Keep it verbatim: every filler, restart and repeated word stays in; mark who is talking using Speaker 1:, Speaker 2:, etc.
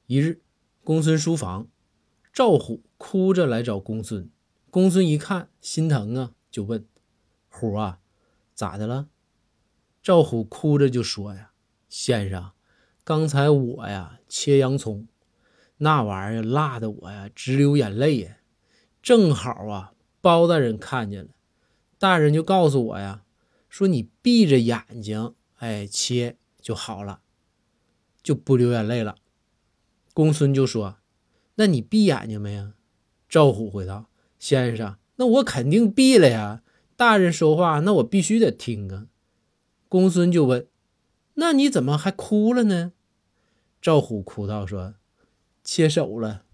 Speaker 1: 一日，公孙书房，赵虎哭着来找公孙。公孙一看心疼啊，就问：虎啊，咋的了？赵虎哭着就说呀：先生，刚才我呀切洋葱，那玩意儿辣的我呀直流眼泪呀。正好啊包大人看见了，大人就告诉我呀，说你闭着眼睛哎切就好了，就不流眼泪了。公孙就说：那你闭眼睛没呀？赵虎回道：先生，那我肯定闭了呀，大人说话那我必须得听啊。公孙就问：那你怎么还哭了呢？赵虎哭道说：切手了。